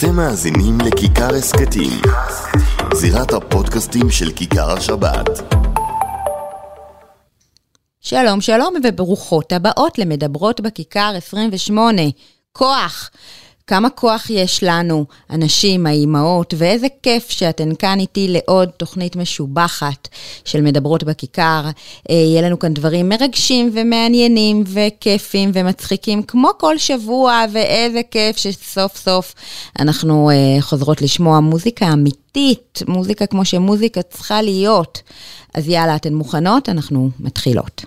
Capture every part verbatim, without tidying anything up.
אתם מאזינים לכיכר הסקטים, זירת הפודקאסטים של כיכר השבת. שלום שלום וברוכות הבאות למדברות בכיכר עשרים ושמונה. כוח, כמה כוח יש לנו, אנשים, האימהות, ואיזה כיף שאתן כאן איתי לעוד תוכנית משובחת של מדברות בכיכר. יהיה לנו כאן דברים מרגשים ומעניינים וכיפים ומצחיקים כמו כל שבוע, ואיזה כיף שסוף סוף אנחנו חוזרות לשמוע מוזיקה אמיתית, מוזיקה כמו שמוזיקה צריכה להיות. אז יאללה, אתן מוכנות? אנחנו מתחילות.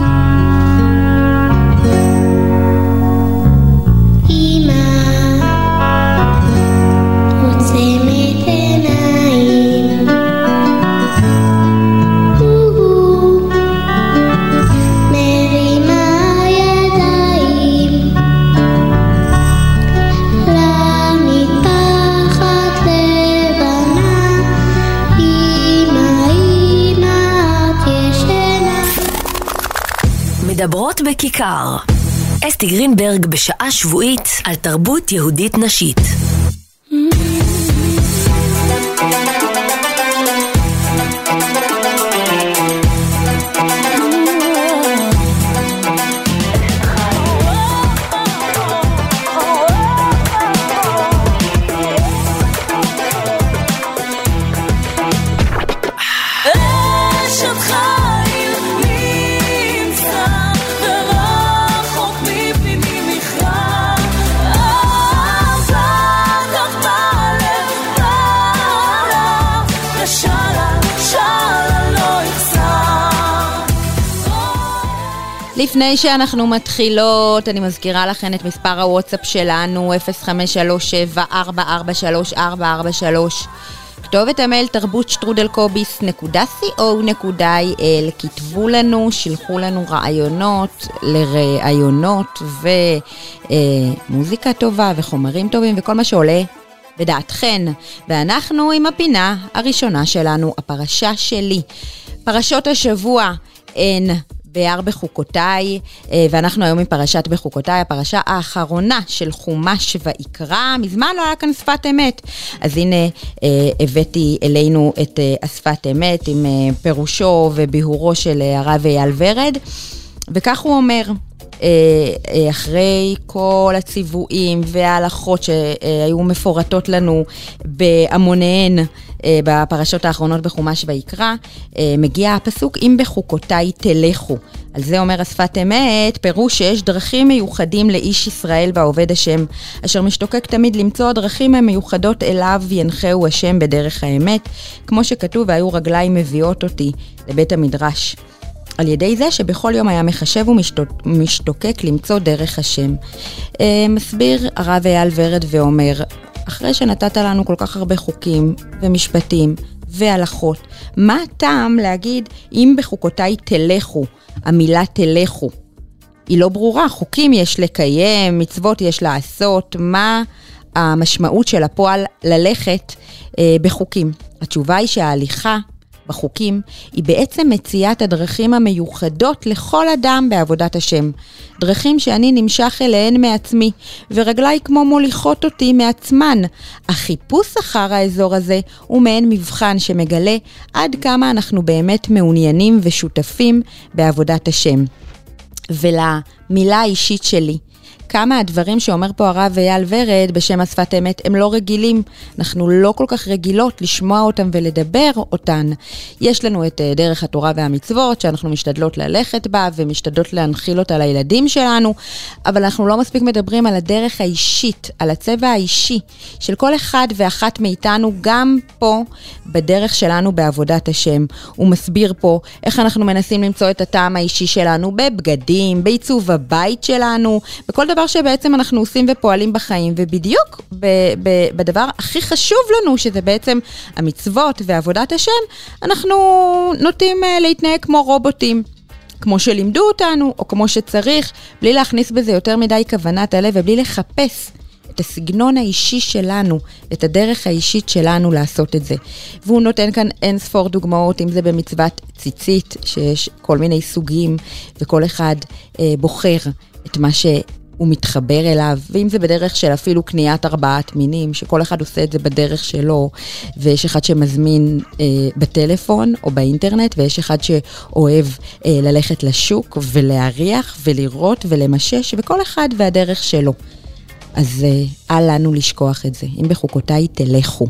מדברות בכיכר. אסתי גרינברג בשעה שבועית על תרבות יהודית נשית. לפני שאנחנו מתחילות, אני מזכירה לכם את מספר הוואטסאפ שלנו, אפס חמש שלוש שבע ארבע ארבע שלוש ארבע ארבע שלוש. כתובת המייל תרבות שטרודל קוביס נקודה סי או נקודה איי אל. כתבו לנו, שלחו לנו רעיונות לרעיונות ומוזיקה טובה וחומרים טובים וכל מה שעולה בדעתכן. ואנחנו עם הפינה הראשונה שלנו, הפרשה שלי. פרשות השבוע הן באר בחוקותיי, ואנחנו היום עם פרשת בחוקותיי, הפרשה האחרונה של חומש ויקרא. מזמן לא היה כאן שפת אמת, אז הנה הבאתי אלינו את השפת אמת עם פירושו וביהורו של הרב אייל ורד, וכך הוא אומר: אחרי כל הציוויים וההלכות שהיו מפורטות לנו בהמוניהן בפרשות האחרונות בחומש ויקרא, מגיע הפסוק אם בחוקותיי תלכו. על זה אומר השפת אמת, פירוש שיש דרכים מיוחדים לאיש ישראל בעובד השם, אשר משתוקק תמיד למצוא הדרכים המיוחדות אליו ינחהו השם בדרך האמת, כמו שכתוב והיו רגליים מביאות אותי לבית המדרש. על ידי זה שבכל יום היה מחשב ומשתוקק למצוא דרך השם. מסביר הרב אייל ורד ואומר, אחרי שנתת לנו כל כך הרבה חוקים ומשפטים והלכות, מה הטעם להגיד אם בחוקותיי תלכו? המילה תלכו היא לא ברורה, חוקים יש לקיים, מצוות יש לעשות, מה המשמעות של הפועל ללכת אה, בחוקים? התשובה היא שההליכה בחוקים היא בעצם מציאת הדרכים המיוחדות לכל אדם בעבודת השם. דרכים שאני נמשך אליהן מעצמי, ורגליי כמו מוליכות אותי מעצמן. החיפוש אחר האזור הזה הוא מעין מבחן שמגלה עד כמה אנחנו באמת מעוניינים ושותפים בעבודת השם. ולמילה האישית שלי, כמה הדברים שאומר פה הרב אייל ורד בשם השפת אמת הם לא רגילים. אנחנו לא כל כך רגילות לשמוע אותם ולדבר אותן. יש לנו את דרך התורה והמצוות שאנחנו משתדלות ללכת בה ומשתדלות להנחיל אותה לילדים שלנו, אבל אנחנו לא מספיק מדברים על הדרך האישית, על הצבע האישי של כל אחד ואחת מאיתנו, גם פה בדרך שלנו בעבודת השם. הוא מסביר פה איך אנחנו מנסים למצוא את הטעם האישי שלנו בבגדים, בעיצוב הבית שלנו, בכל דבר שבעצם אנחנו עושים ופועלים בחיים, ובדיוק ב- ב- בדבר הכי חשוב לנו, שזה בעצם המצוות ועבודת השם, אנחנו נוטים להתנהג כמו רובוטים, כמו שלימדו אותנו, או כמו שצריך, בלי להכניס בזה יותר מדי כוונת הלב, ובלי לחפש את הסגנון האישי שלנו, את הדרך האישית שלנו לעשות את זה. והוא נותן כאן אין ספור דוגמאות, אם זה במצוות ציצית, שיש כל מיני סוגים, וכל אחד אה, בוחר את מה שהוא הוא מתחבר אליו, ואם זה בדרך של אפילו קניית ארבעת מינים, שכל אחד עושה את זה בדרך שלו, ויש אחד שמזמין אה, בטלפון או באינטרנט, ויש אחד שאוהב אה, ללכת לשוק ולהריח ולראות ולמשש, וכל אחד והדרך שלו. אז אה, אל לנו לשכוח את זה. אם בחוקותיי תלכו.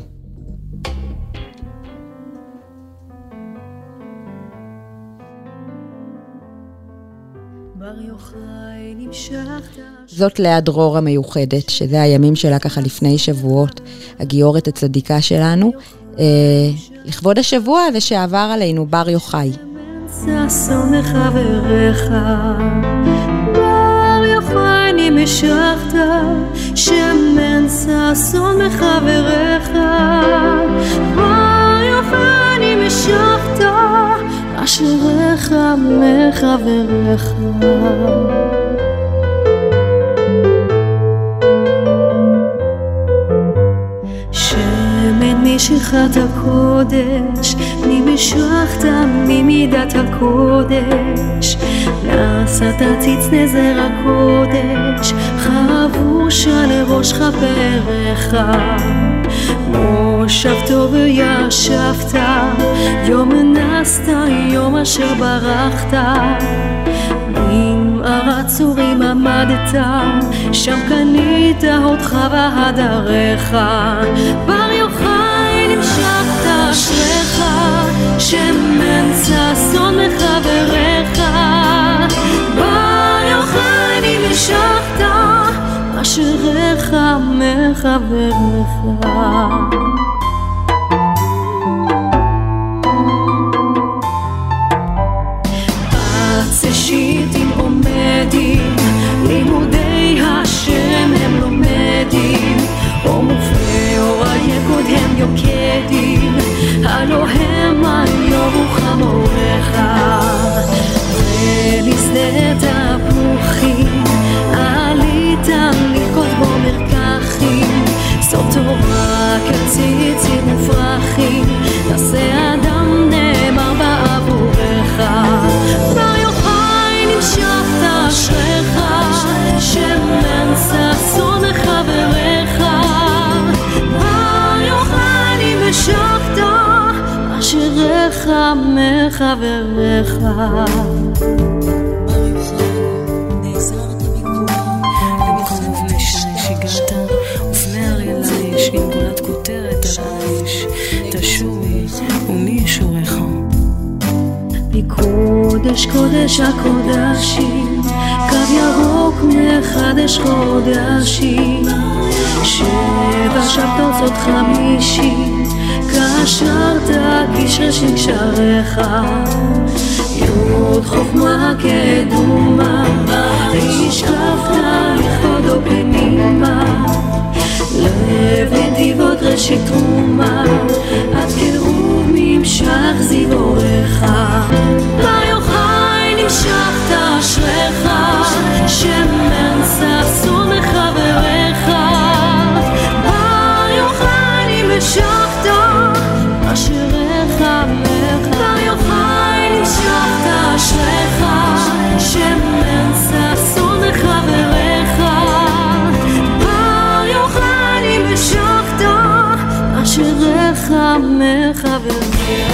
זאת לאה דרור המיוחדת, שזה הימים שלה ככה לפני שבועות, הגיורת הצדיקה שלנו, אה, לכבוד השבוע הזה שעבר עלינו, בר יוחאי. ששון לחברך, בר יוחאי נמשכת, שמן ששון לחברך, בר יוחאי נמשכת, אשריך מחברך. שמן משיכת הקודש, נמשכת ממידת הקודש, נעשת ציץ נזר הקודש, חבושה לראש חברך. מושבתו וישבת, יום נסת, יום אשר ברחת, במערת צורים עמדת, שם קנית אותך והדרך. בר יוחאי נמשכת, אשריך, שמן ששון מחברך, בר יוחאי נמשכת, אשריך מחברך. שיטים עומדים, לימודי השם הם לומדים, או מופי אור היקוד הם יוקדים, הלא הם היום וחמורך. ולשדה תפוחים, עלית ללכות בו מרקחים, סוף תורה כציצים ופרחים, נעשה אדם נאמר בעבורך. בר יוחאי נמשכת, אשריך, שמן ששון לחברך, בר יוחאי נמשכת, אשריך מחברך. קודש קודש הקודשים, קו ירוק מחדש חודשים, שבע שבתות זאת חמישים, קשרת קשרי שקשריך, יוד חוכמה קדומה, השקפת לכבודו פנימה, לב נדיבות ראשית תרומה, עד קירוב ממשך זיבורך. בר יוחאי נמשכת, אשריך, שמן ששון לחברך, בר יוחאי נמשכת, אשריך מחברך. בר יוחאי נמשכת, אשריך, שמן ששון לחברך, בר יוחאי נמשכת, אשריך מחברך.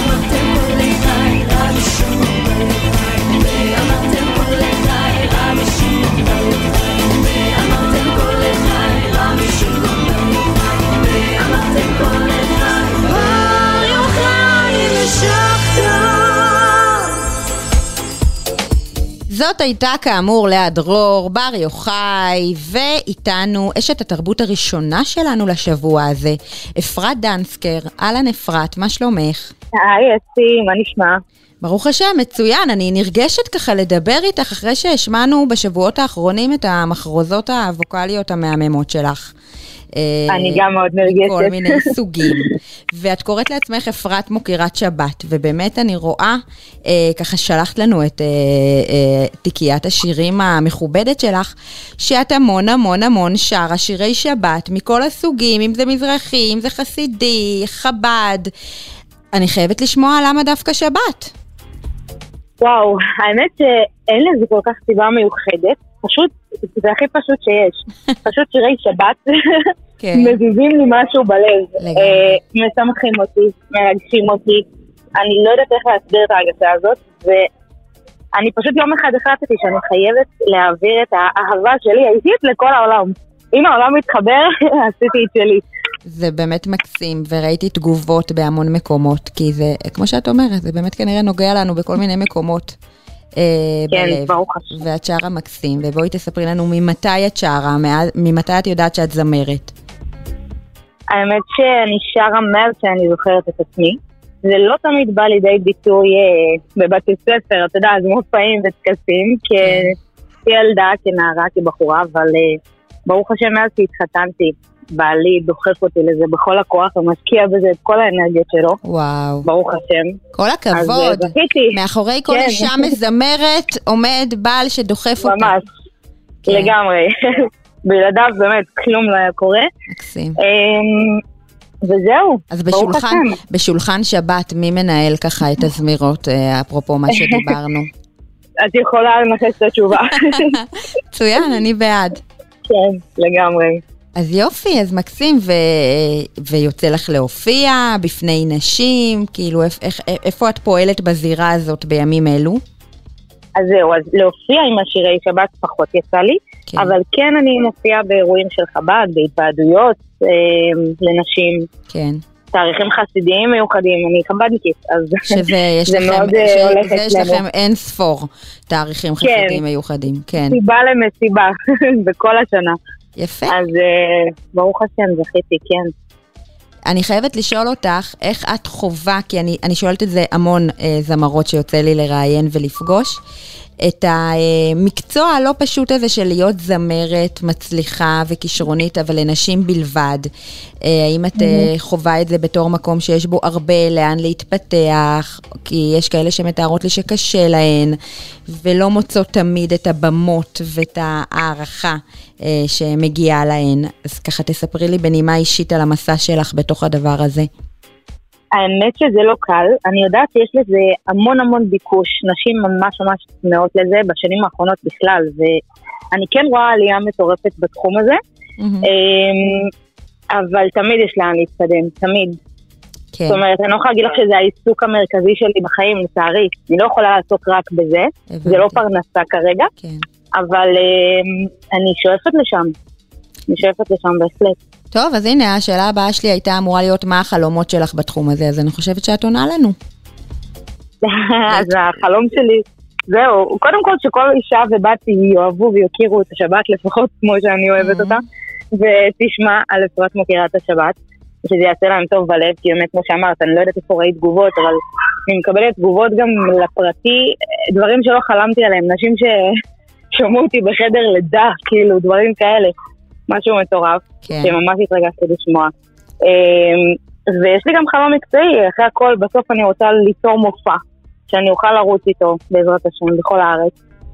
זאת הייתה כאמור לאה דרור, בר יוחאי, ואיתנו אשת התרבות הראשונה שלנו לשבוע הזה, אפרת דנסקר. אהלן אפרת, מה שלומך? היי אסי, מה נשמע? ברוך השם, מצוין. אני נרגשת ככה לדבר איתך אחרי שהשמענו בשבועות האחרונים את המחרוזות הווקליות המהממות שלך. אני גם מאוד נרגשת. כל מיני סוגים. ואת קוראת לעצמך אפרת מוקירת שבת, ובאמת אני רואה, אה, ככה שלחת לנו את אה, אה, תיקיית השירים המכובדת שלך, שאת המון המון המון שרה שירי שבת, מכל הסוגים, אם זה מזרחי, אם זה חסידי, חב"ד. אני חייבת לשמוע למה דווקא שבת. וואו, האמת שאין לזה כל כך סיבה מיוחדת, פשוט זה הכי פשוט שיש. פשוט שירי שבת מזיזים לי משהו בלב. משמחים אותי, מרגשים אותי. אני לא יודעת איך להסביר את ההרגשה הזאת, ואני פשוט יום אחד החלטתי שאני חייבת להעביר את האהבה שלי האישית לכל העולם. אם העולם מתחבר, עשיתי את שלי. זה באמת מקסים, וראיתי תגובות בהמון מקומות, כי זה, כמו שאת אומרת, זה באמת כנראה נוגע לנו בכל מיני מקומות אה, כן, בלב. ברוך השם. ואת שרה מקסים, ובואי תספרי לנו ממתי את שרה, ממתי את יודעת שאת זמרת? האמת שאני שרה מאז שאני זוכרת את עצמי. זה לא תמיד בא לידי ביטוי אה, בבתי ספר, אתה יודע, זה מופעים וטקסים, כילדה, כנערה, כבחורה, אבל אה, ברוך השם מאז שהתחתנתי, בעלי דוחף אותי לזה בכל הכוח, ומשקיע בזה את כל האנרגיות שלו. וואו. ברוך השם. כל הכבוד. מאחורי כל אישה מזמרת עומד בעל שדוחף אותי. ממש. לגמרי. בלעדיו באמת כלום לא היה קורה. מקסים. וזהו. אז בשולחן, בשולחן שבת, מי מנהל ככה את הזמירות, אפרופו מה שדיברנו? את יכולה לנחש את התשובה. צוין, אני בעד. כן, לגמרי. אז יופי, אז מקסים, ו... ויוצא לך להופיע בפני נשים, כאילו איך, איפה את פועלת בזירה הזאת בימים אלו? אז זהו, אז להופיע עם השירי שבת פחות יצא לי, כן. אבל כן אני מופיעה באירועים של חב"ד, בהתוועדויות אה, לנשים. כן. תאריכים חסידיים מיוחדים, אני חב"דניקית, אז שזה יש זה לכם, מאוד ש... הולכת זה יש לנו. לכם אין ספור תאריכים כן. חסידיים מיוחדים, כן. סיבה למסיבה, בכל השנה. יפה. אז uh, ברוך השם, זכיתי, כן. אני חייבת לשאול אותך, איך את חובה, כי אני, אני שואלת את זה המון אה, זמרות שיוצא לי לראיין ולפגוש, את המקצוע הלא פשוט הזה של להיות זמרת, מצליחה וכישרונית, אבל לנשים בלבד. האם את mm-hmm. חובה את זה בתור מקום שיש בו הרבה לאן להתפתח, כי יש כאלה שמתארות לי שקשה להן, ולא מוצאות תמיד את הבמות ואת הערכה שמגיעה להן. אז ככה תספרי לי בנימה אישית על המסע שלך בתוך הדבר הזה. האמת שזה לא קל, אני יודעת שיש לזה המון המון ביקוש, נשים ממש ממש צמאות לזה בשנים האחרונות בכלל, ואני כן רואה עלייה מטורפת בתחום הזה, mm-hmm. אבל תמיד יש לאן להתקדם, תמיד. כן. זאת אומרת, אני לא יכולה להגיד לך שזה העיסוק המרכזי שלי בחיים, לצערי, אני לא יכולה לעסוק רק בזה, הבנתי. זה לא פרנסה כרגע, כן. אבל אני שואפת לשם, אני שואפת לשם בהחלט. טוב, אז הנה, השאלה הבאה שלי הייתה אמורה להיות מה החלומות שלך בתחום הזה, אז אני חושבת שאת עונה לנו. אז החלום שלי, זהו, קודם כל שכל אישה ובת יאהבו ויוכירו את השבת לפחות כמו שאני אוהבת אותה, ותשמע על אפרת מוקירה את השבת, שזה יעשה להם טוב בלב, כי באמת כמו שאמרת, אני לא יודעת איפה ראית תגובות, אבל אני מקבלת תגובות גם לפרטי, דברים שלא חלמתי עליהם, נשים ששומעו אותי בחדר לידה, כאילו, דברים כאלה. משהו מטורף, כן. שממש התרגשתי לשמוע. ויש לי גם חלום מקצועי, אחרי הכל, בסוף אני רוצה ליצור מופע, שאני אוכל לרוץ איתו בעזרת השם בכל הארץ.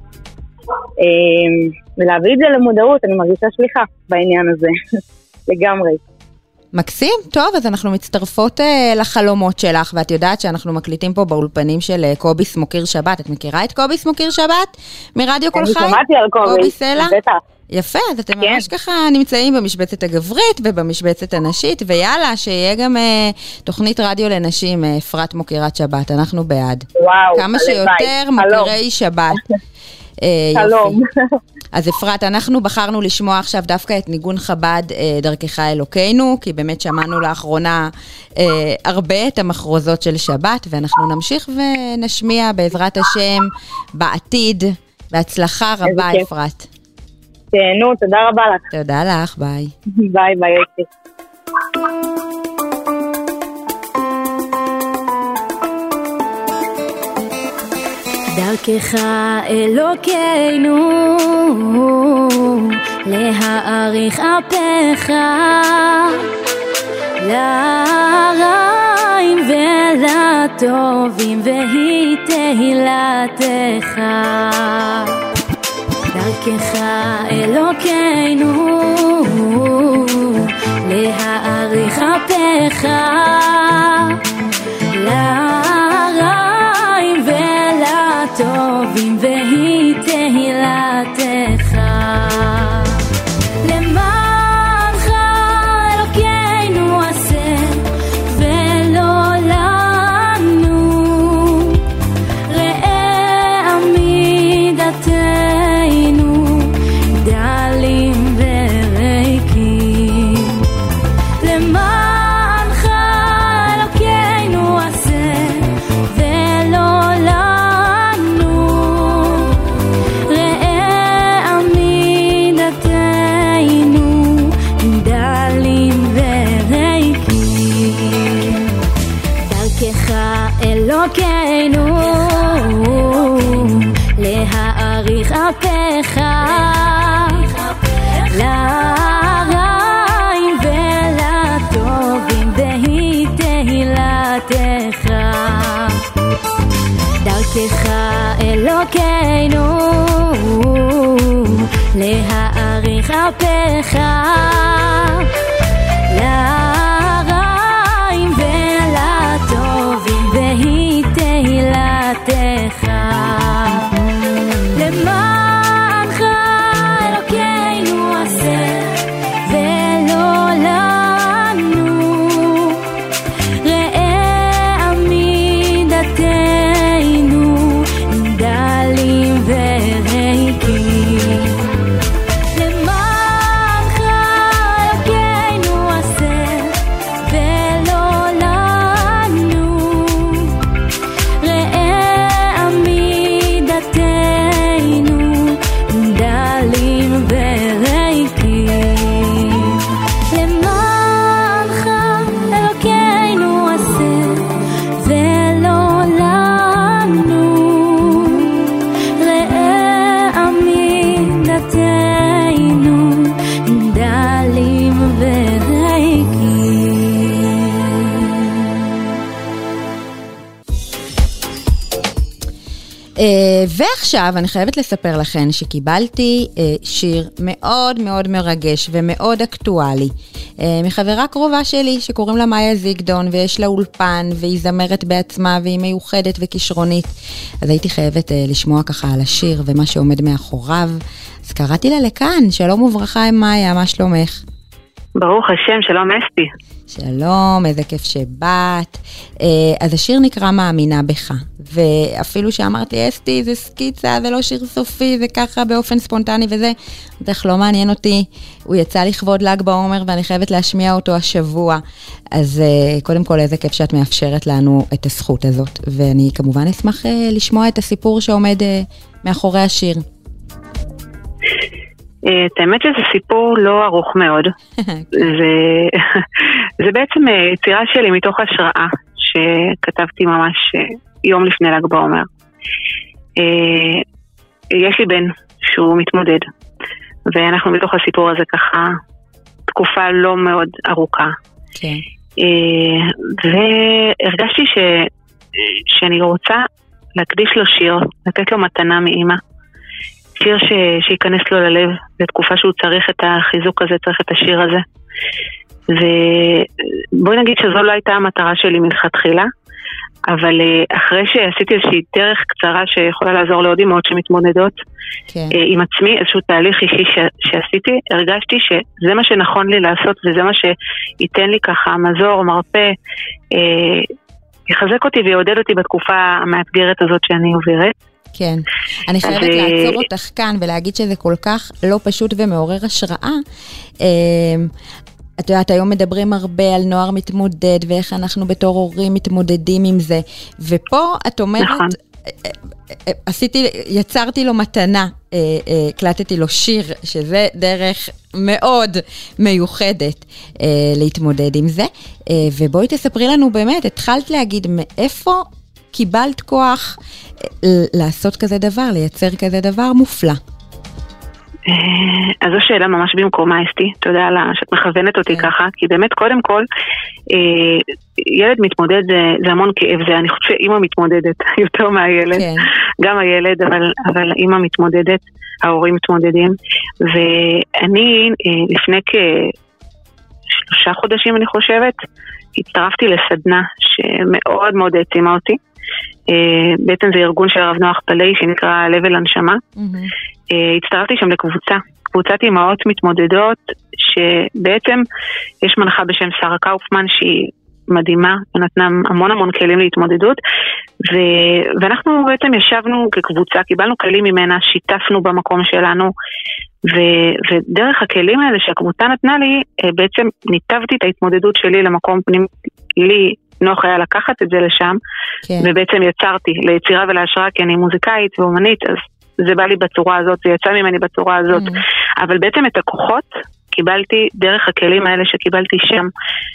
ולהביא את זה למודעות, אני מרגישה שליחה בעניין הזה, לגמרי. מקסים, טוב, אז אנחנו מצטרפות uh, לחלומות שלך, ואת יודעת שאנחנו מקליטים פה באולפנים של uh, קובי סמוקיר שבת. את מכירה את קובי סמוקיר שבת? מרדיו כל חי? אני שמעתי על קובי, קובי סלע? בטח. יפה, אז אתם כן. ממש ככה נמצאים במשבצת הגברית ובמשבצת הנשית, ויאללה, שיהיה גם uh, תוכנית רדיו לנשים, uh, אפרת מוקירת שבת, אנחנו בעד. וואו, כמה שיותר מוקירי שבת. שלום. אז אפרת, אנחנו בחרנו לשמוע עכשיו דווקא את ניגון חב"ד דרכך אלוקינו, כי באמת שמענו לאחרונה הרבה את המחרוזות של שבת, ואנחנו נמשיך ונשמיע בעזרת השם בעתיד, בהצלחה רבה אפרת. תהנו, תודה רבה לך. תודה לך, ביי. ביי, ביי, יופי. דרכך אלוקינו להאריך אפיך לרעים ולטובים והיא תהילתך. דרכך אלוקינו להאריך אפיך לרעים ולטובים והיא תהילתך. דלים וריקים. למענך אלוקינו עשה ולא לנו, ראה עמידתנו דלים וריקים. דרכך אלוקינו להאריך אפיך לרעים ולטובים בהי תהילתך. דרכך אלוקינו להאריך אפיך לרעים ולטובים בהי תהילתך. למענך אלוקינו עשה ולא לנו, ראה עמידתנו דלים וריקים. למענך אלוקינו עשה ולא לנו, ראה עמידתנו דלים וריקים. למענך אלוקינו עשה ולא לנו, ראה עמידתנו דלים וריקים. Uh, ועכשיו אני חייבת לספר לכם שקיבלתי uh, שיר מאוד מאוד מרגש ומאוד אקטואלי uh, מחברה קרובה שלי שקוראים לה מאיה זיגדון, ויש לה אולפן והיא זמרת בעצמה והיא מיוחדת וכישרונית, אז הייתי חייבת uh, לשמוע ככה על השיר ומה שעומד מאחוריו, אז קראתי לה לכאן. שלום וברכה עם מאיה, מה שלומך? ברוך השם, שלום אסתי. שלום, איזה כיף שבאת. אז השיר נקרא מאמינה בך, ואפילו שאמרתי אסתי זה סקיצה, זה לא שיר סופי, זה ככה באופן ספונטני וזה, בטח לא מעניין אותי. הוא יצא לכבוד ל"ג בעומר ואני חייבת להשמיע אותו השבוע, אז קודם כל איזה כיף שאת מאפשרת לנו את הזכות הזאת, ואני כמובן אשמח לשמוע את הסיפור שעומד מאחורי השיר. את האמת שזה סיפור לא ארוך מאוד. זה, זה בעצם יצירה שלי מתוך השראה שכתבתי ממש יום לפני ל"ג בעומר. יש לי בן שהוא מתמודד, ואנחנו בתוך הסיפור הזה ככה תקופה לא מאוד ארוכה. כן. והרגשתי ש, שאני רוצה להקדיש לו שיר, לתת לו מתנה מאמא. שיר ש... שיכנס לו ללב, בתקופה שהוא צריך את החיזוק הזה, צריך את השיר הזה. ובואי נגיד שזו לא הייתה המטרה שלי מלכתחילה, אבל אחרי שעשיתי איזושהי דרך קצרה שיכולה לעזור לעוד אמהות שמתמודדות, כן. עם עצמי, איזשהו תהליך אישי ש... שעשיתי, הרגשתי שזה מה שנכון לי לעשות, וזה מה שייתן לי ככה מזור, מרפא, אה, יחזק אותי ויעודד אותי בתקופה המאתגרת הזאת שאני עוברת. כן, אני חייבת אז... לעצור אותך כאן ולהגיד שזה כל כך לא פשוט ומעורר השראה. את יודעת, היום מדברים הרבה על נוער מתמודד ואיך אנחנו בתור הורים מתמודדים עם זה, ופה את אומרת, נכון. עשיתי, יצרתי לו מתנה, הקלטתי לו שיר, שזה דרך מאוד מיוחדת להתמודד עם זה, ובואי תספרי לנו באמת, התחלת להגיד מאיפה קיבלת כוח לעשות כזה דבר, לייצר כזה דבר מופלא. אז זו שאלה ממש במקומה, אסתי, תודה שאת מכוונת אותי ככה, כי באמת קודם כל, ילד מתמודד זה המון כאב, זה אני חושבת שאמא מתמודדת יותר מהילד, גם הילד, אבל אמא מתמודדת, ההורים מתמודדים, ואני לפני כשלושה חודשים אני חושבת, הצטרפתי לסדנה שמאוד מאוד העצימה אותי, בעצם זה ארגון של הרב נוח פלאי שנקרא לבל הנשמה. הצטרפתי שם לקבוצה, קבוצת אמהות מתמודדות, שבעצם יש מנחה בשם שרה קאופמן שהיא מדהימה, ונתנה המון המון כלים להתמודדות, ו... ואנחנו בעצם ישבנו כקבוצה, קיבלנו כלים ממנה, שיתפנו במקום שלנו, ו... ודרך הכלים האלה שהקבוצה נתנה לי, בעצם ניתבתי את ההתמודדות שלי למקום פנים, לי נוח היה לקחת את זה לשם, כן. ובעצם יצרתי ליצירה ולהשראה, כי אני מוזיקאית ואומנית, אז זה בא לי בצורה הזאת, זה יצא ממני בצורה הזאת, mm-hmm. אבל בעצם את הכוחות קיבלתי דרך הכלים האלה שקיבלתי שם,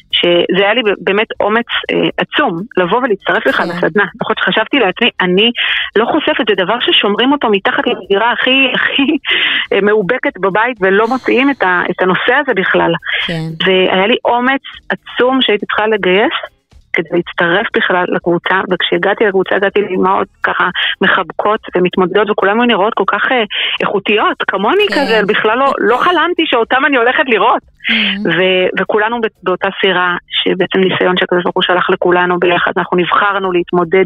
שזה היה לי באמת אומץ אה, עצום, לבוא ולהצטרף לך לסדנה. נכון שחשבתי לעצמי, אני לא חושפת, זה דבר ששומרים אותו מתחת למגירה הכי, הכי אה, מאובקת בבית, ולא מוציאים את, ה, את הנושא הזה בכלל. כן. והיה לי אומץ עצום שהייתי צריכה לגייס, כדי להצטרף בכלל לקבוצה, וכשהגעתי לקבוצה, הגעתי לאמהות ככה מחבקות ומתמודדות, וכולם היו נראות כל כך איכותיות, כמוני כזה, בכלל לא, לא חלמתי שאותם אני הולכת לראות. ו- וכולנו באותה סירה, שבעצם ניסיון שהקדוש ברוך הוא שלח לכולנו ביחד, אנחנו נבחרנו להתמודד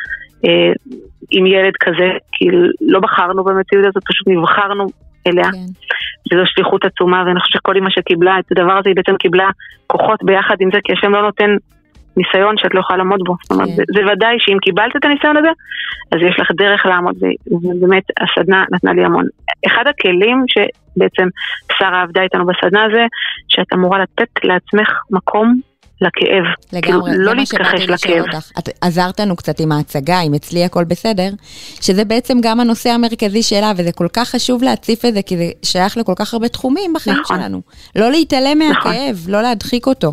אה, עם ילד כזה, כי לא בחרנו במציאות הזאת, פשוט נבחרנו אליה. וזו שליחות עצומה, ואני חושבת שכל אמא שקיבלה את הדבר הזה, היא בעצם קיבלה כוחות ביחד עם זה, כי השם לא נותן ניסיון שאת לא יכולה לעמוד בו. זאת אומרת, זה, זה ודאי שאם קיבלת את הניסיון הזה, אז יש לך דרך לעמוד, ובאמת הסדנה נתנה לי המון. אחד הכלים שבעצם שרה עבדה איתנו בסדנה הזה, שאת אמורה לתת לעצמך מקום לכאב. לגמרי, לא להתכחש לכאב. את עזרת לנו קצת עם ההצגה, אם אצלי הכל בסדר, שזה בעצם גם הנושא המרכזי שלה, וזה כל כך חשוב להציף את זה, כי זה שייך לכל כך הרבה תחומים בחיים נכון. שלנו. לא להתעלם מהכאב, נכון. לא להדחיק אותו.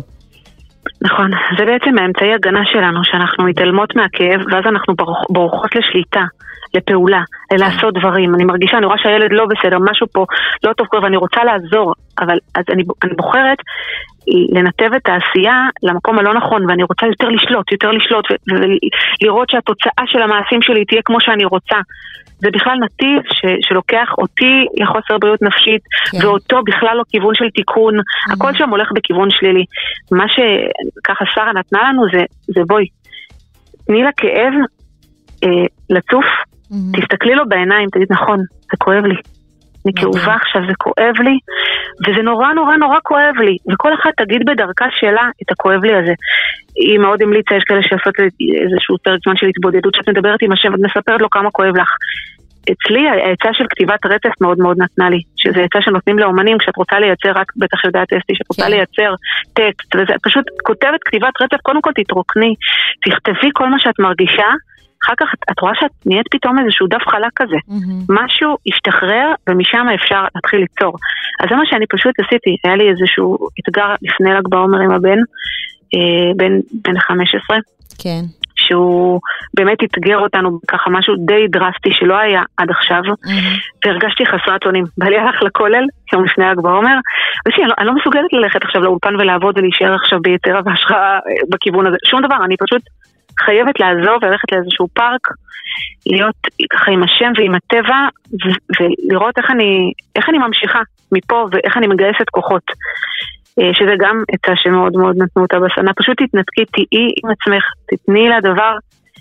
נכון, זה בעצם האמצעי הגנה שלנו, שאנחנו מתעלמות מהכאב, ואז אנחנו בורחות לשליטה, לפעולה, לעשות דברים. אני מרגישה, אני רואה שהילד לא בסדר, משהו פה לא טוב כבר, ואני רוצה לעזור, אבל אז אני, אני בוחרת לנתב את העשייה למקום הלא נכון, ואני רוצה יותר לשלוט, יותר לשלוט, ולראות שהתוצאה של המעשים שלי תהיה כמו שאני רוצה. זה בכלל נתיב ש- שלוקח אותי לחוסר בריאות נפשית, כן. ואותו בכלל לא כיוון של תיקון, mm-hmm. הכל שם הולך בכיוון שלילי. מה שככה שרה נתנה לנו זה, זה בואי, תני לכאב אה, לצוף, mm-hmm. תסתכלי לו בעיניים, תגיד נכון, זה כואב לי. אני כאובה עכשיו, זה כואב לי, וזה נורא נורא נורא כואב לי, וכל אחד תגיד בדרכה שלה את הכואב לי הזה. היא מאוד המליצה, יש כאלה שעשות איזשהו פרק זמן של התבודדות, שאת מדברת עם השם, ואת מספרת לו כמה כואב לך. אצלי העצה של כתיבת רצף מאוד מאוד נתנה לי, שזה עצה שנותנים לאומנים, כשאת רוצה לייצר, רק בטח יודעת אסתי, שאת רוצה לייצר טקסט, וזה פשוט כותבת כתיבת רצף, קודם כל תתרוקני, תכתבי כל מה שאת מרגישה, אחר כך את רואה שאת נהיית פתאום איזשהו דף חלק כזה. Mm-hmm. משהו ישתחרר, ומשם אפשר להתחיל ליצור. אז זה מה שאני פשוט עשיתי. היה לי איזשהו אתגר לפני ל"ג בעומר עם הבן, אה, בן, בן חמש עשרה. כן. שהוא באמת התגר אותנו ככה משהו די דרסטי שלא היה עד עכשיו, mm-hmm. והרגשתי חסרת אונים. בעלי הלך לכולל, יום לפני ל"ג בעומר, ושי, אני, לא, אני לא מסוגלת ללכת עכשיו לאולפן ולעבוד ולהישאר עכשיו ביצירה והשראה בכיוון הזה. שום דבר, אני פשוט חייבת לעזוב וללכת לאיזשהו פארק, להיות ככה עם השם ועם הטבע, ו- ולראות איך אני, איך אני ממשיכה מפה, ואיך אני מגייסת כוחות. שזה גם עצה שמאוד מאוד נתנו אותה בסדנה. פשוט תתנתקי, תהיי עם עצמך, תתני לדבר,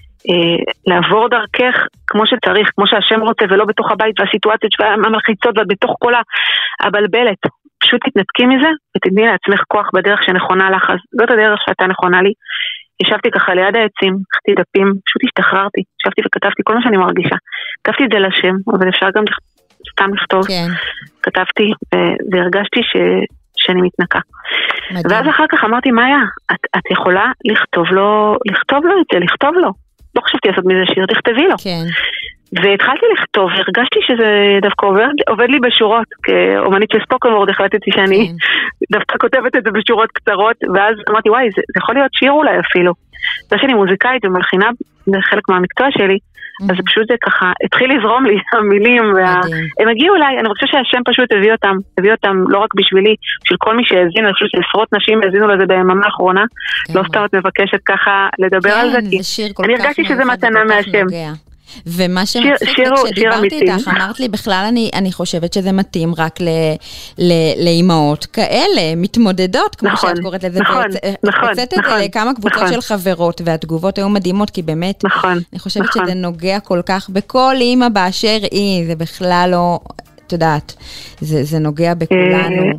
לעבור דרכך כמו שצריך, כמו שהשם רוצה, ולא בתוך הבית והסיטואציות והמלחיצות, ובתוך כל הבלבלת. פשוט תתנתקי מזה, ותתני לעצמך כוח בדרך שנכונה לך. אז זאת הדרך שהייתה נכונה לי. ישבתי ככה ליד העצים, חכתי דפים, פשוט השתחררתי, ישבתי וכתבתי כל מה שאני מרגישה. כתבתי את זה לשם, אבל אפשר גם סתם לכתוב. כן. כתבתי והרגשתי ש... שאני מתנקה. מדהים. ואז אחר כך אמרתי, מאיה, את, את יכולה לכתוב לו, לכתוב לו את זה, לכתוב לו. לא חשבתי לעשות מזה שיר, תכתבי לו. כן. והתחלתי לכתוב, והרגשתי שזה דווקא עובד, עובד לי בשורות, כאומנית של ספוקן וורד, החלטתי שאני כן. דווקא כותבת את זה בשורות קצרות, ואז אמרתי, וואי, זה, זה יכול להיות שיר אולי אפילו. זה שאני מוזיקאית ומלחינה, זה חלק מהמקצוע שלי, אז זה פשוט זה ככה, התחיל לזרום לי המילים, והם הגיעו אליי, אני חושב שהשם פשוט הביא אותם, הביא אותם לא רק בשבילי, של כל מי שהזין, אני חושב שעשרות נשים הזינו לזה ביממה האחרונה, לא סתם את מבקשת ככה לדבר על זה, כי אני הרגשתי שזה מתנה מהשם. ומה שמצחיק, כשדיברתי איתך, אמרת לי, בכלל אני, אני חושבת שזה מתאים רק ל, ל, לאימהות כאלה, מתמודדות, כמו נכון, שאת קוראת לזה, נכון, נכון, וצאת נכון, את זה לכמה קבוצות נכון. של חברות, והתגובות היו מדהימות, כי באמת, נכון, אני חושבת נכון. שזה נוגע כל כך בכל אימא באשר היא, זה בכלל לא, את יודעת, זה, זה נוגע בכולנו.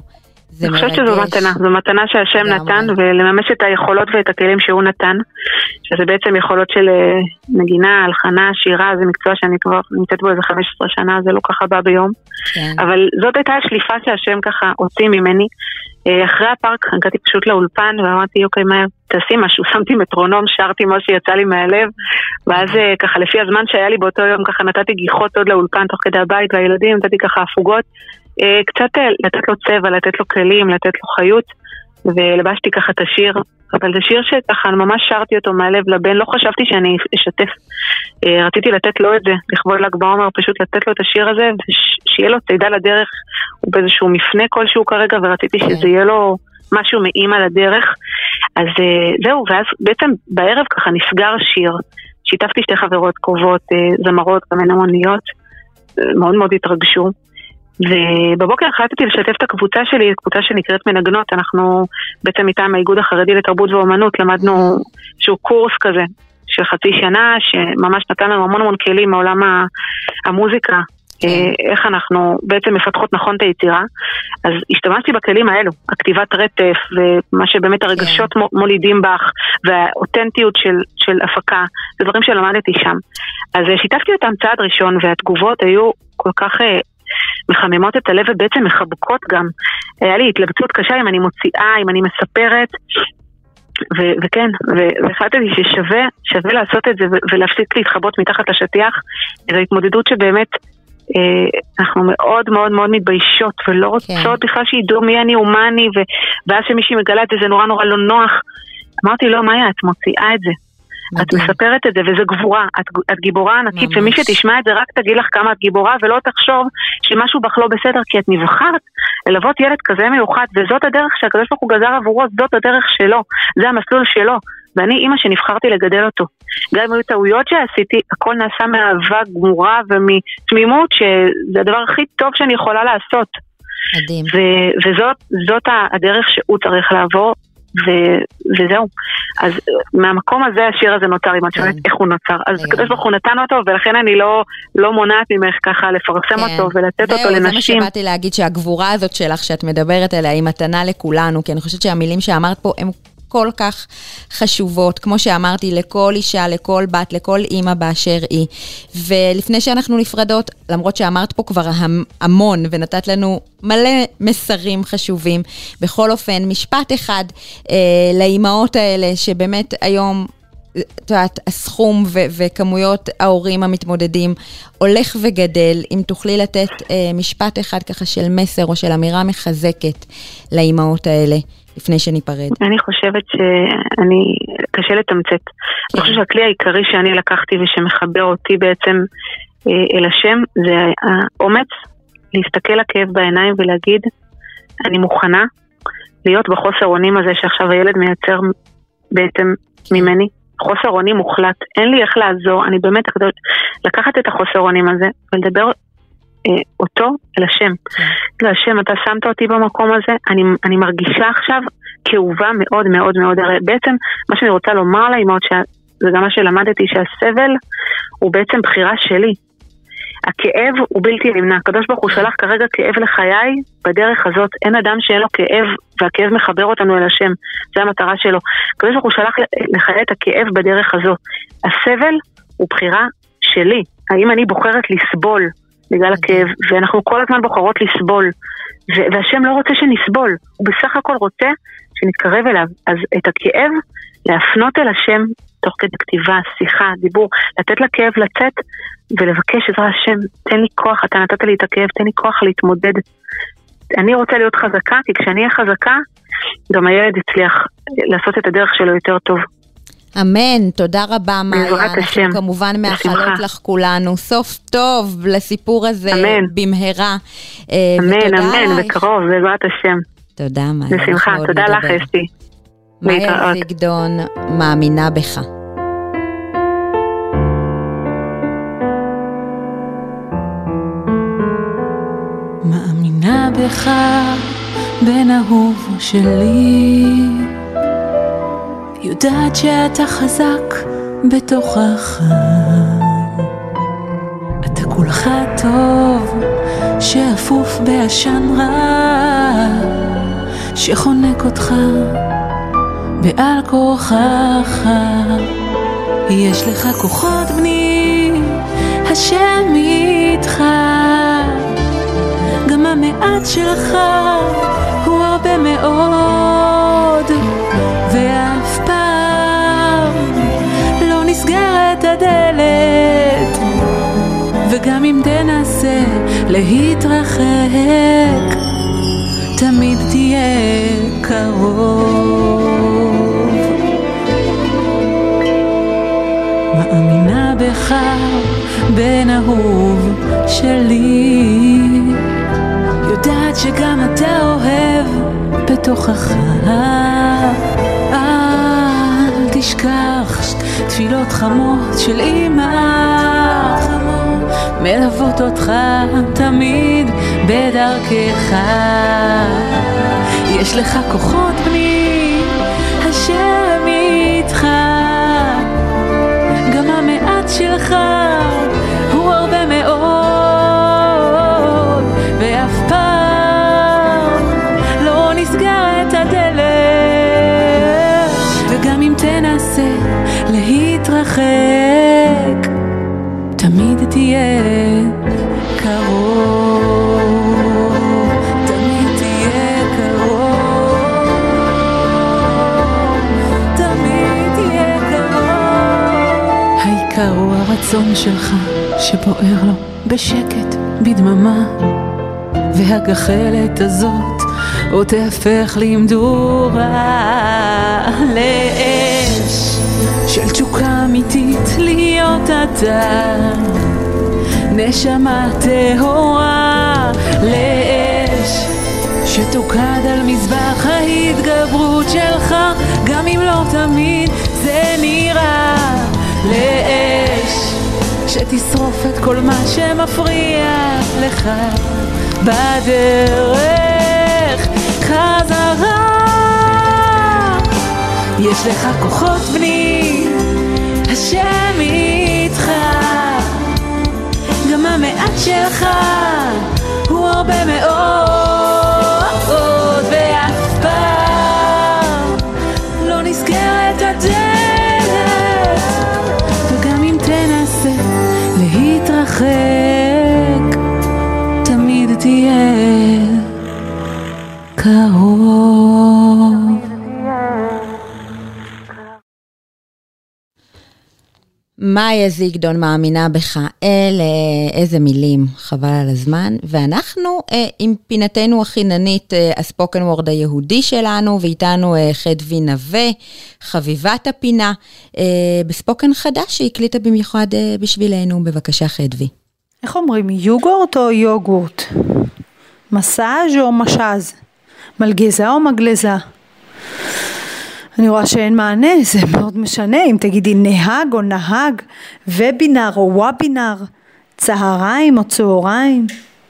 זה מרגש. מרגש. אני חושבת שזו מתנה, זו מתנה שהשם נתן, ולממש את היכולות ואת הכלים שהוא נתן, שזה בעצם יכולות של נגינה, הלחנה, שירה, זה מקצוע שאני כבר נמצאת בו איזה חמש עשרה שנה, זה לא ככה בא ביום. כן. אבל זאת הייתה השליפה שהשם ככה הוציא ממני. אחרי הפארק הגעתי פשוט לאולפן ואמרתי, אוקיי, מה, תעשי משהו, שמתי מטרונום, שרתי מה שיצא לי מהלב, ואז ככה לפי הזמן שהיה לי באותו יום, ככה נתתי גיחות עוד לאולפן תוך כדי הבית והילדים, נתתי ככה הפוגות, קצת לתת לו צבע, לתת לו כלים, לתת לו חיות, ולבשתי ככה את השיר, אבל זה שיר שככה ממש שרתי אותו מהלב לבן, לא חשבתי שאני אשתף, רציתי לתת לו את זה, לכבוד ל"ג בעומר, פשוט לתת לו את השיר הזה, ושיהיה לו צידה לדרך, הוא באיזשהו מפנה כלשהו כרגע, ורציתי שזה יהיה לו משהו מאימא לדרך, אז זהו, ואז בעצם בערב ככה נסגר שיר, שיתפתי שתי חברות קרובות, זמרות, גם הן המוניות, מאוד מאוד התרגשו, ובבוקר החלטתי לשתף את הקבוצה שלי, קבוצה שנקראת מנגנות, אנחנו בעצם מטעם האיגוד החרדי לתרבות ואומנות, למדנו שהוא קורס כזה, של חצי שנה, שממש נתן לנו המון המון כלים מעולם המוזיקה, איך אנחנו בעצם מפתחות נכון את היצירה, אז השתמשתי בכלים האלו, הכתיבת רטף, ומה שבאמת הרגשות מולידים בך, והאותנטיות של, של הפקה, זה דברים שלמדתי שם. אז שיתפתי אותם צעד ראשון, והתגובות היו כל כך מחממות את הלב, ובעצם מחבקות גם. היה לי התלבטות קשה אם אני מוציאה, אם אני מספרת, ו- וכן, והחלטתי ששווה, שווה לעשות את זה, ו- ולהפסיק להתחבות מתחת לשטיח. זו התמודדות שבאמת אנחנו מאוד מאוד מאוד מתביישות ולא רוצות בכלל שידעו מי אני ומה אני, ואז שמישהי מגלה את זה, זה נורא נורא לא נוח. אמרתי לו, מאיה, את מוציאה את זה, את מספרת את זה, וזה גבורה, את, את גיבורה ענקית, ומי שתשמע את זה רק תגיד לך כמה את גיבורה, ולא תחשוב שמשהו בך לא בסדר, כי את נבחרת ללוות ילד כזה מיוחד, וזאת הדרך שהקדוש ברוך הוא גזר עבורו, זאת הדרך שלו, זה המסלול שלו, ואני אימא שנבחרתי לגדל אותו. גם אם היו טעויות שעשיתי, הכל נעשה מאהבה גמורה ומתמימות, שזה הדבר הכי טוב שאני יכולה לעשות. מדהים. ו- וזאת זאת הדרך שהוא צריך לעבור, ו- וזהו. אז מהמקום הזה השיר הזה נוצר, אם את שואלת איך הוא נוצר. אז הקדוש ברוך הוא נתן אותו, ולכן אני לא, לא מונעת ממך ככה לפרסם כן. אותו ולתת אותו לנשים. זה מה שבאתי להגיד, שהגבורה הזאת שלך שאת מדברת עליה היא מתנה לכולנו, כי אני חושבת שהמילים שאמרת פה הם כל כך חשובות, כמו שאמרתי, לכל אישה, לכל בת, לכל אימא באשר היא. ולפני שאנחנו נפרדות, למרות שאמרת פה כבר המון, ונתת לנו מלא מסרים חשובים, בכל אופן, משפט אחד אה, לאימהות האלה, שבאמת היום, את יודעת, הסכום ו- וכמויות ההורים המתמודדים הולך וגדל, אם תוכלי לתת אה, משפט אחד ככה של מסר, או של אמירה מחזקת לאימהות האלה, לפני שניפרד. אני חושבת שאני, קשה לתמצת. אני חושבת שהכלי העיקרי שאני לקחתי ושמחבר אותי בעצם אל השם, זה האומץ להסתכל לכאב בעיניים ולהגיד, אני מוכנה להיות בחוסר אונים הזה שעכשיו הילד מייצר בעצם ממני. חוסר אונים מוחלט. אין לי איך לעזור. אני באמת לקחת את החוסר אונים הזה ולדבר אותו אל השם. השם, אתה שמת אותי במקום הזה, אני, אני מרגישה עכשיו כאובה מאוד מאוד מאוד. הרי בעצם מה שאני רוצה לומר לאמהות, זה גם מה שלמדתי, שהסבל הוא בעצם בחירה שלי. הכאב הוא בלתי נמנע. הקדוש ברוך הוא שלח כרגע כאב לחיי בדרך הזאת. אין אדם שאין לו כאב, והכאב מחבר אותנו אל השם. זה המטרה שלו. הקדוש ברוך הוא שלח לחיי את הכאב בדרך הזאת. הסבל הוא בחירה שלי. האם אני בוחרת לסבול בגלל הכאב, ואנחנו כל הזמן בוחרות לסבול, והשם לא רוצה שנסבול, הוא בסך הכל רוצה שנתקרב אליו. אז את הכאב להפנות אל השם תוך כדי כתיבה, שיחה, דיבור, לתת לכאב לצאת ולבקש עזרה. השם, תן לי כוח, אתה נתת לי את הכאב, תן לי כוח להתמודד. אני רוצה להיות חזקה, כי כשאני אהיה חזקה גם הילד יצליח לעשות את הדרך שלו יותר טוב. אמן, תודה רבה מאיה, אנחנו השם. כמובן מאחלות לך כולנו סוף טוב לסיפור הזה אמן. במהרה. אמן, אמן, בקרוב, בעזרת השם. תודה מאיה. בשמחה, תודה לך אסתי. מאיה אביגדון, מאמינה בך. מאמינה בך, בן אהוב שלי, יודעת שאתה חזק בתוכך, אתה כולך טוב שאפוף בעשן רע, שחונק אותך בעל כוחך. יש לך כוחות בני, השם איתך, גם המעט שלך הוא הרבה מאוד, ואף פעם לא נסגרת הדלת, וגם אם תנסה להתרחק תמיד תהיה קרוב. מאמינה בך בן אהוב שלי, יודעת שגם אתה אוהב בתוכך. אל תשכח תפילות חמות של אמא מלוות אותך תמיד בדרכך. יש לך כוחות בני, השם איתך, גם המעט שלך הוא הרבה מאוד, ואף פעם לא נסגרת הדלת, וגם אם תנסה להתרחק תמיד תהיה קרוב, תמיד תהיה קרוב, תמיד תהיה קרוב. העיקר הוא הרצון שלך שבוער לו בשקט בדממה, והגחלת הזאת עוד תהפך למדורה, לאש של תשוקה אמיתית להיות אתה, נשמה טהורה, לאש שתוקד על מזבח ההתגברות שלך, גם אם לא תמיד זה נראה, לאש שתשרוף את כל מה שמפריע לך בדרך חזרה. יש לך כוחות בני, השם איתך, גם המעט שלך הוא הרבה מאוד, ואף פעם לא נסגרת הדלת, וגם אם תנסה להתרחק תמיד תהיה קרוב. מאיה זיגדון, מאמינה בך. אלה, איזה מילים, חבל על הזמן. ואנחנו אה, עם פינתנו החיננית, אה, הספוקן וורד היהודי שלנו, ואיתנו אה, חדווי נווה, חביבת הפינה, אה, בספוקן חדש שהקליטה במיוחד אה, בשבילנו. בבקשה חדווי. איך אומרים, יוגורט או יוגורט? מסאז' או משאז? מלגזה או מגלזה? אני רואה שאין מענה, זה מאוד משנה אם תגידי נהג או נהג, ובינר או וובינר, צהריים או צהריים.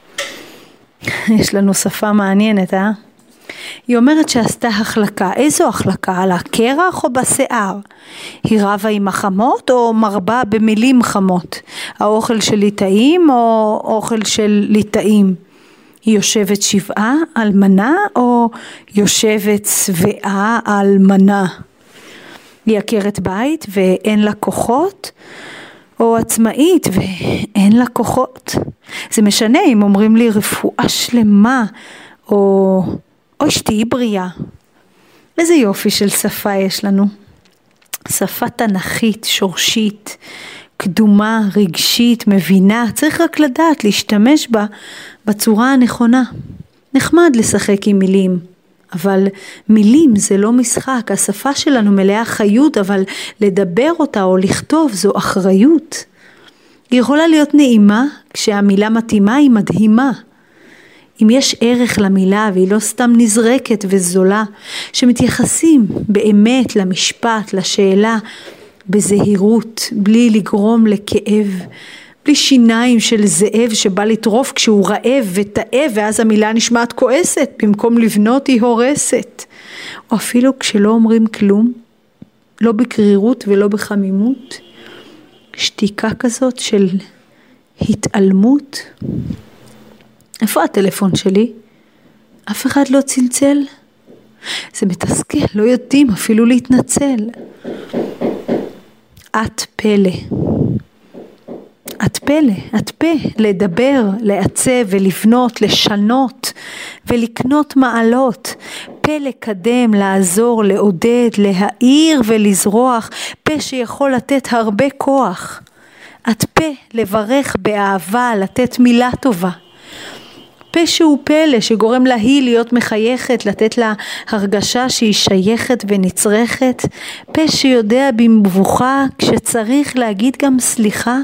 יש לנו שפה מעניינת, אה? היא אומרת שעשתה החלקה. איזו החלקה? על הקרח או בשיער? היא רבה עם החמות או מרבה במילים חמות? האוכל שלי טעים או אוכל של ליטאים? היא יושבת שבעה על מנה או יושבת שבעה על מנה? היא עקרת בית ואין לה כוחות, או עצמאית ואין לה כוחות? זה משנה אם אומרים לי רפואה שלמה או אוי שתהי בריאה. איזה יופי של שפה יש לנו. שפה תנכית, שורשית, קדומה, רגשית, מבינה. צריך רק לדעת להשתמש בה בצורה הנכונה. נחמד לשחק עם מילים, אבל מילים זה לא משחק. השפה שלנו מלאה חיות, אבל לדבר אותה או לכתוב זו אחריות. היא יכולה להיות נעימה, כשהמילה מתאימה היא מדהימה. אם יש ערך למילה והיא לא סתם נזרקת וזולה, שמתייחסים באמת למשפט, לשאלה, בזהירות, בלי לגרום לכאב, בלי שיניים של זאב שבא לטרוף כשהוא רעב ותאב, ואז המילה נשמעת כועסת, במקום לבנות היא הורסת. או אפילו כשלא אומרים כלום, לא בקרירות ולא בחמימות, שתיקה כזאת של התעלמות. איפה הטלפון שלי? אף אחד לא צלצל? זה מתסכל, לא יודעים אפילו להתנצל. את פלא. את פלא, את פה, לדבר, לעצב ולבנות, לשנות ולקנות מעלות. פה לקדם, לעזור, לעודד, להאיר ולזרוח. פה שיכול לתת הרבה כוח. את פה לברך באהבה, לתת מילה טובה. פה שהוא פלא שגורם לה היא להיות מחייכת, לתת לה הרגשה שהיא שייכת ונצרכת. פה שיודע במבוכה כשצריך להגיד גם סליחה.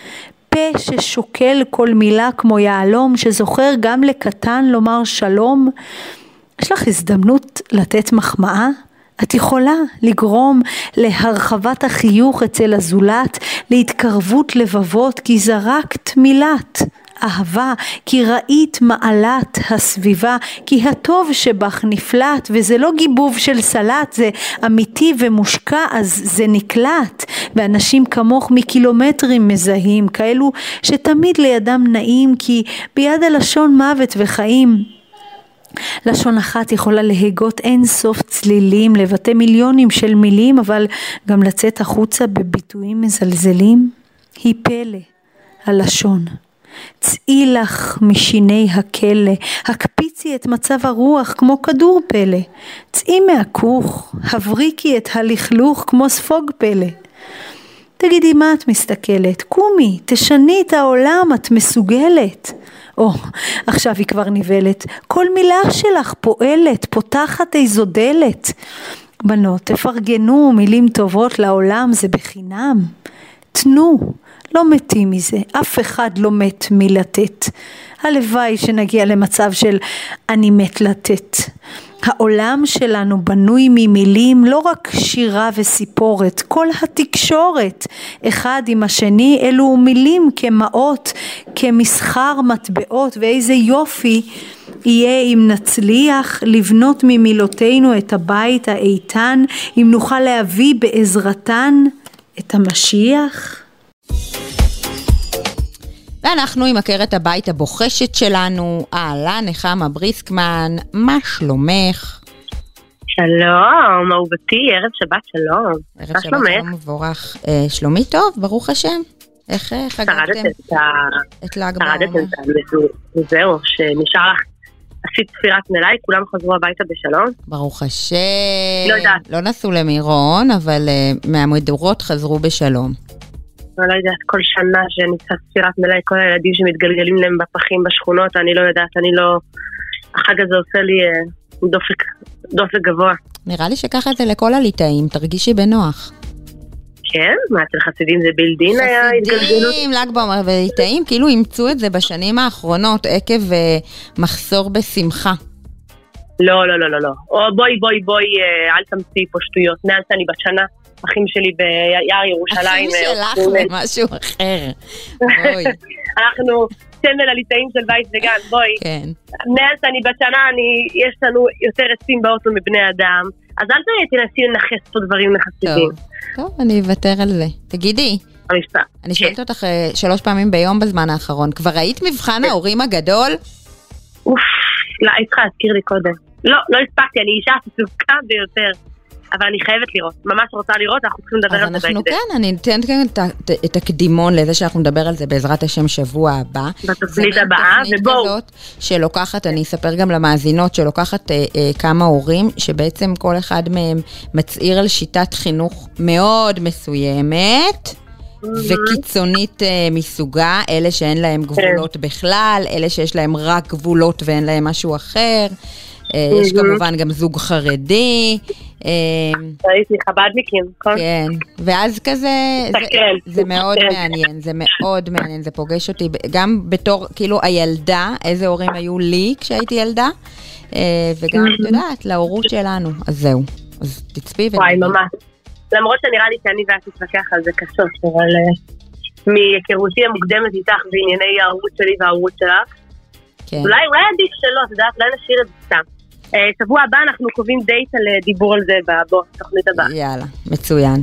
פה ששוקל כל מילה כמו יעלום, שזוכר גם לקטן לומר שלום. יש לך הזדמנות לתת מחמאה? את יכולה לגרום להרחבת החיוך אצל הזולת, להתקרבות לבבות, כי זרקת מילת אהבה, כי ראית מעלת הסביבה, כי הטוב שבך נפלט, וזה לא גיבוב של סלט, זה אמיתי ומושקע, אז זה נקלט. ואנשים כמוך מקילומטרים מזהים, כאלו שתמיד לידם נעים, כי ביד הלשון מוות וחיים. לשון אחת יכולה להגות אין סוף צלילים, לבטא מיליונים של מילים, אבל גם לצאת החוצה בביטויים מזלזלים. היא פלא, הלשון. צאי לך משיני הכלא, הקפיצי את מצב הרוח כמו כדור פלא. צאי מהכוך, הבריקי את הלכלוך כמו ספוג פלא. תגידי מה את מסתכלת, קומי, תשני את העולם, את מסוגלת. או, עכשיו היא כבר ניבלת, כל מילה שלך פועלת, פותחת איזו דלת. בנות, תפרגנו מילים טובות לעולם, זה בחינם. תנו, לא מתים מזה, אף אחד לא מת מלתת. הלוואי שנגיע למצב של אני מת לתת. העולם שלנו בנוי ממילים, לא רק שירה וסיפורת, כל התקשורת אחד עם השני, אלו מילים כמאות, כמסחר מטבעות, ואיזה יופי יהיה אם נצליח לבנות ממילותינו את הבית האיתן, אם נוכל להביא בעזרתן את המשיח. ואנחנו עם עקרת הבית הבוחשת שלנו, אהלן, נחמה בריסקמן, מה שלומך? שלום, אהובתי, ערב שבת שלום. ערב שבת שלום מבורך. אה, שלומי טוב, ברוך השם. איך חגגתם את ל"ג בעומר? שרדת את זה, זהו, שנשאר לך, עשית ספירת מלאי, כולם חזרו הביתה בשלום. ברוך השם. לא יודעת. לא נסעו למירון, אבל uh, מהמדורות חזרו בשלום. אני לא יודעת, כל שנה שנמצא ספירת מלאי, כל הילדים שמתגלגלים להם בפחים בשכונות, אני לא יודעת, אני לא... החג הזה עושה לי uh, דופק, דופק גבוה. נראה לי שככה זה לכל הליטאים, תרגישי בנוח. כן? מה, אצל חסידים זה בילדין היה התגלגלות? חסידים, ל"ג בעומר וליטאים, כאילו אימצו את זה בשנים האחרונות, עקב uh, מחסור בשמחה. לא, לא, לא, לא, לא. או בואי, בואי, בואי, אל תמציא פה שטויות. מאז אני בת שנה, אחים שלי ביער ירושלים. אחים שלך זה משהו אחר. בואי. אנחנו סמל הליטאים של בית וגן, בואי. כן. מאז אני בת שנה, יש לנו יותר עצים באוטו מבני אדם, אז אל תנסי לנחס פה דברים לחסידים. טוב, טוב, אני אוותר על זה. תגידי, אני שואלת אותך שלוש פעמים ביום בזמן האחרון, כבר ראית מבחן ההורים הגדול? אוף. לא, היית צריכה להזכיר לי קודם. לא, לא הספקתי, אני אישה ספוקה ביותר. אבל אני חייבת לראות, ממש רוצה לראות, אנחנו צריכים לדבר על זה. אז אנחנו כן, אני אתן כאן את הקדימון לזה שאנחנו נדבר על זה בעזרת השם שבוע הבא. בתוכנית הבאה, ובואו. תוכנית כזאת שלוקחת, אני אספר גם למאזינות, שלוקחת אה, אה, כמה הורים, שבעצם כל אחד מהם מצעיר על שיטת חינוך מאוד מסוימת, וקיצונית uh, מסוגה, אלה שאין להם גבולות בכלל, אלה שיש להם רק גבולות ואין להם משהו אחר, uh, יש כמובן גם זוג חרדי. ראיתי חבדניקים, נכון? כן, ואז כזה, זה מאוד מעניין, זה מאוד מעניין, זה פוגש אותי, גם בתור, כאילו, הילדה, איזה הורים היו לי כשהייתי ילדה, וגם, את יודעת, להורות שלנו, אז זהו, אז תצפי ונראה. וואי, ממש. למרות שנראה לי שאני ואת תתווכח על זה קשות, אבל מהיכרותי המוקדמת איתך בענייני ההורות שלי וההורות שלך, אולי עדיף שלא, את יודעת, אולי נשאיר את זה סתם. שבוע הבא אנחנו קובעים דייט על דיבור על זה בתוכנית הבאה. יאללה, מצוין.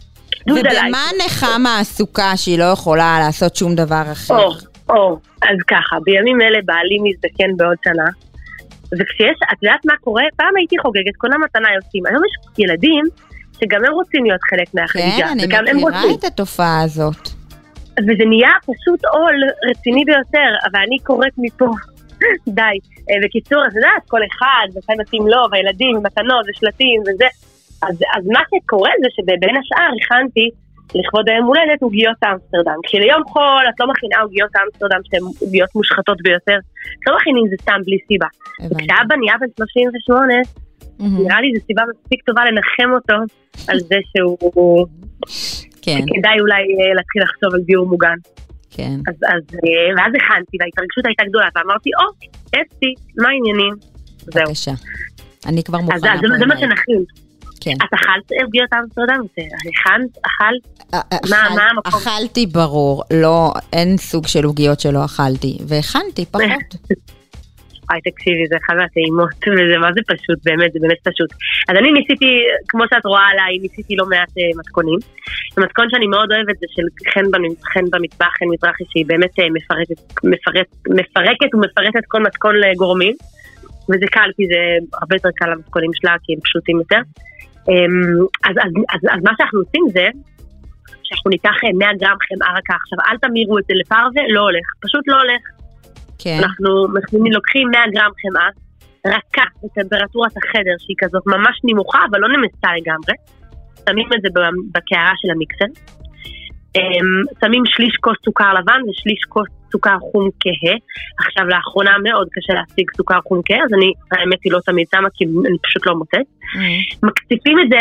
ובמה נחמה עסוקה שהיא לא יכולה לעשות שום דבר אחר? או, או, אז ככה, בימים אלה בעלי מזדקן בעוד שנה, וכשיש, את יודעת מה קורה? פעם הייתי חוגגת, כל המתנה יוצאים. היום יש ילדים שגם הם רוצים להיות חלק מהחגיגה. כן, אני מכירה את התופעה הזאת. וזה נהיה פשוט עול רציני ביותר, אבל אני קוראת מפה, די. בקיצור, את יודעת, כל אחד, וכן מתאים לו, והילדים, מתנות, ושלטים, וזה. אז, אז מה שקורה זה שבין השאר הכנתי לכבוד היום הולדת עוגיות אמסטרדם. כשליום חול את לא מכינה עוגיות אמסטרדם שהן עוגיות מושחתות ביותר, את לא מכינים זה סתם בלי סיבה. וכשאבא נהיה בן שלושים ושמונה, נראה לי זו סיבה מספיק טובה לנחם אותו על זה שהוא... כדאי אולי להתחיל לחשוב על דיור מוגן. כן. אז, אז, ואז הכנתי, וההתרגשות הייתה גדולה, ואמרתי, או, אסתי, מה העניינים? זהו. בבקשה. אני כבר מוכנה. אז זה מה שנכין. כן. את אכלת עוגיות אמסטרדם? הכנת? אכלת? מה המקום? אכלתי ברור, לא, אין סוג של עוגיות שלא אכלתי, והכנתי פחות. היי, תקשיבי, זה אחד מהטעימות, וזה מה זה פשוט, באמת, זה באמת פשוט. אז אני ניסיתי, כמו שאת רואה עליי, ניסיתי לא מעט uh, מתכונים. המתכון שאני מאוד אוהבת זה של חן, חן במטבח, חן מזרחי, שהיא באמת uh, מפרקת, מפרק, מפרקת ומפרקת כל מתכון לגורמים, וזה קל, כי זה הרבה יותר קל למתכונים שלה, כי הם פשוטים יותר. Um, אז, אז, אז, אז מה שאנחנו עושים זה, שאנחנו ניקח מאה גרם חמאה רכה. עכשיו, אל תמירו את זה לפרווה, לא הולך, פשוט לא הולך. כן. אנחנו לוקחים מאה גרם חמאה, רכה בטמפרטורת החדר שהיא כזאת ממש נמוכה, אבל לא נמסה לגמרי. שמים את זה בקערה של המיקסר. שמים שליש כוס סוכר לבן ושליש כוס סוכר חום כהה. עכשיו לאחרונה מאוד קשה להשיג סוכר חום כהה, אז אני, האמת היא לא תמיד שמה, כי אני פשוט לא מוצאת. מקציפים את זה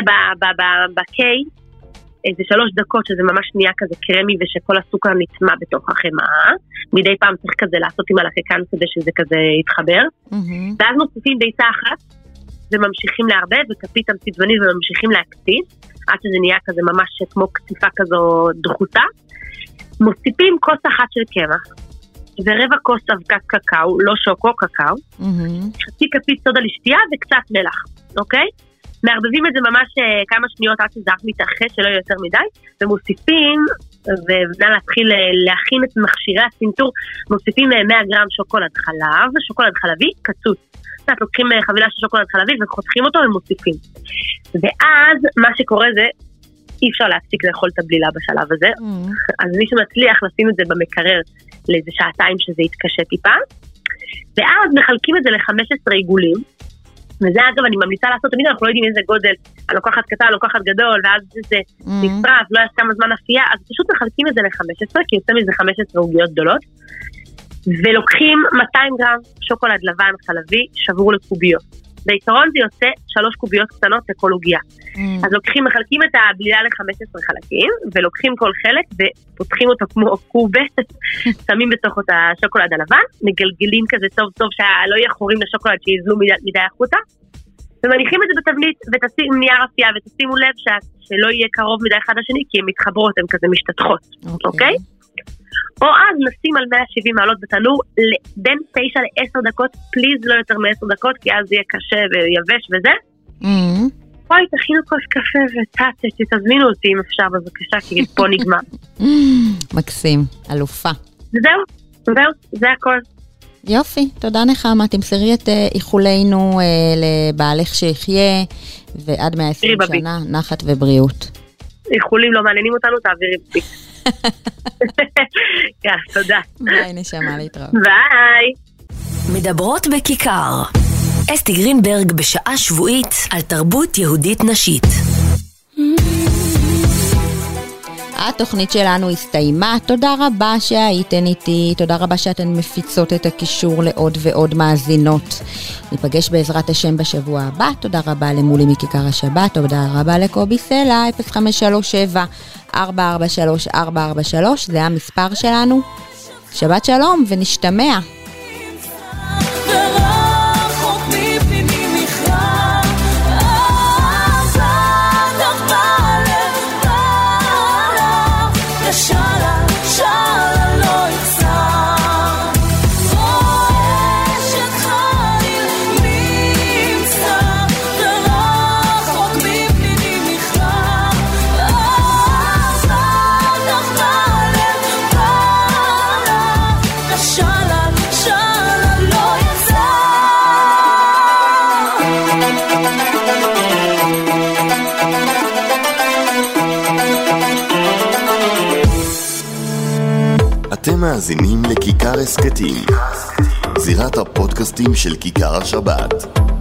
בקיי, איזה שלוש דקות שזה ממש נהיה כזה קרמי ושכל הסוכר נטמע בתוך החמאה. מדי פעם צריך כזה לעשות עם הלחיקן כדי שזה כזה יתחבר. Mm-hmm. ואז מוסיפים ביצה אחת וממשיכים להרבב וכפית צבעונית וממשיכים להקציף עד שזה נהיה כזה ממש כמו קציפה כזו דחוסה. מוסיפים כוס אחת של קמח ורבע כוס אבקת קקאו, לא שוקו, קקאו. Mm-hmm. חצי כפית סודה לשתייה וקצת מלח, אוקיי? מערבבים את זה ממש כמה שניות עד שזה מתאחד שלא יהיה יותר מדי, ומוסיפים, ונא להתחיל להכין את מכשירי הסינטור, מוסיפים מאה גרם שוקולד חלב, שוקולד חלבי, קצוץ. קצת לוקחים חבילה של שוקולד חלבי וחותכים אותו ומוסיפים. ואז מה שקורה זה, אי אפשר להפסיק לאכול את הבלילה בשלב הזה, mm. אז מי שמצליח לשים את זה במקרר לאיזה שעתיים שזה יתקשה טיפה, ואז מחלקים את זה ל-חמישה עשר עיגולים, וזה אגב אני ממליצה לעשות, תמיד אנחנו לא יודעים איזה גודל, אני לוקחת קטן, לוקחת גדול, ואז זה נפרס, לא יש כמה זמן אפייה, אז פשוט מחלקים את זה ל-חמש עשרה, כי יוצא מזה חמש עשרה עוגיות גדולות, ולוקחים מאתיים גרם שוקולד לבן חלבי, שבור לקוביות. בעיקרון זה יוצא שלוש קוביות קטנות לכל עוגיה. אז לוקחים, מחלקים את הבלילה ל-חמש עשרה חלקים, ולוקחים כל חלק ופותחים אותו כמו קובת, שמים בתוך את השוקולד הלבן, מגלגלים כזה טוב טוב שלא יהיה חורים לשוקולד שיזלו מדי החוצה, ומניחים את זה בתבנית ותשים נייר אפייה, ותשימו לב שלא יהיה קרוב מדי אחד השני, כי הן מתחברות, הן כזה משתתחות, אוקיי? או אז נשים על מאה ושבעים מעלות בתנור בין תשע לעשר דקות, פליז לא יותר מעשר דקות, כי אז זה יהיה קשה ויבש וזה. אוי, תכינו כוס קפה ותצת, תזמינו אותי אם אפשר בבקשה, כי פה נגמר. מקסים, אלופה. וזהו, זהו, זה הכל. יופי, תודה נחמה, תמסרי את איחולנו לבעלך שיחיה, ועד מאה ועשרים שנה, נחת ובריאות. איחולים לא מעניינים אותנו, תעבירי בי. כן, תודה. ביי, נשמה, להתראות. ביי. מדברות בכיכר. אסתי גרינברג בשעה שבועית על תרבות יהודית נשית. התוכנית שלנו הסתיימה, תודה רבה שהייתן איתי, תודה רבה שאתן מפיצות את הקישור לעוד ועוד מאזינות. ניפגש בעזרת השם בשבוע הבא, תודה רבה למולי מכיכר השבת, תודה רבה לקובי סלע, אפס חמש שלוש שבע ארבע ארבע שלוש ארבע ארבע שלוש, זה המספר שלנו. שבת שלום ונשתמע. שאלה, שאלה לא יצא רושת חיל נמצא ורחוק מפניני מכרע אז נתך בלב פעלה השאלה, אתם מאזינים לכיכר הסקטים, זירת הפודקאסטים של כיכר השבת.